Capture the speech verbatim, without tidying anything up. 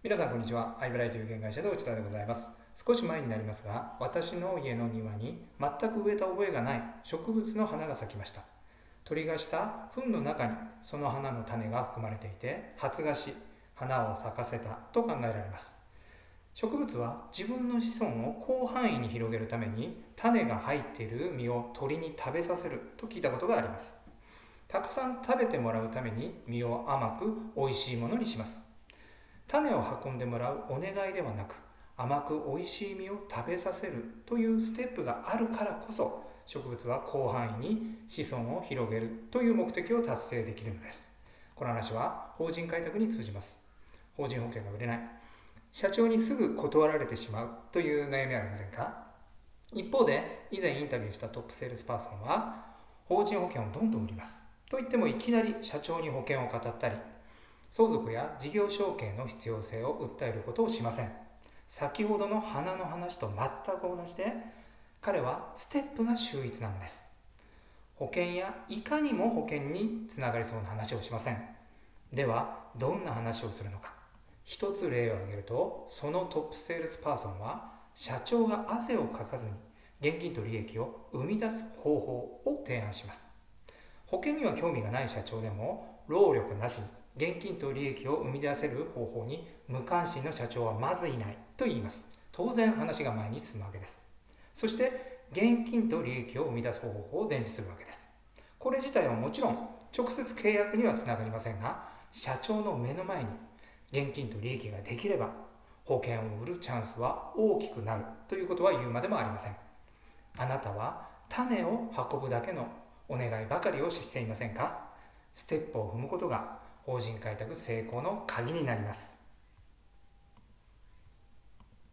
皆さんこんにちは。アイブライト有限会社の内田でございます。少し前になりますが、私の家の庭に全く植えた覚えがない植物の花が咲きました。鳥がした糞の中にその花の種が含まれていて、発芽し花を咲かせたと考えられます。植物は自分の子孫を広範囲に広げるために種が入っている実を鳥に食べさせると聞いたことがあります。たくさん食べてもらうために実を甘く美味しいものにします。種を運んでもらうお願いではなく、甘く美味しい実を食べさせるというステップがあるからこそ、植物は広範囲に子孫を広げるという目的を達成できるのです。この話は法人開拓に通じます。法人保険が売れない、社長にすぐ断られてしまうという悩みはありませんか？一方で、以前インタビューしたトップセールスパーソンは、法人保険をどんどん売りますと言っても、いきなり社長に保険を語ったり、相続や事業承継の必要性を訴えることをしません。先ほどの花の話と全く同じで、彼はステップが秀逸なのです。保険やいかにも保険につながりそうな話をしません。では、どんな話をするのか。一つ例を挙げると、そのトップセールスパーソンは、社長が汗をかかずに現金と利益を生み出す方法を提案します。保険には興味がない社長でも、労力なしに現金と利益を生み出せる方法に無関心の社長はまずいないと言います。当然話が前に進むわけです。そして現金と利益を生み出す方法を伝授するわけです。これ自体はもちろん直接契約にはつながりませんが、社長の目の前に現金と利益ができれば、保険を売るチャンスは大きくなるということは言うまでもありません。あなたは種を運ぶだけのお願いばかりをしていませんか？ステップを踏むことが法人開拓成功の鍵になります。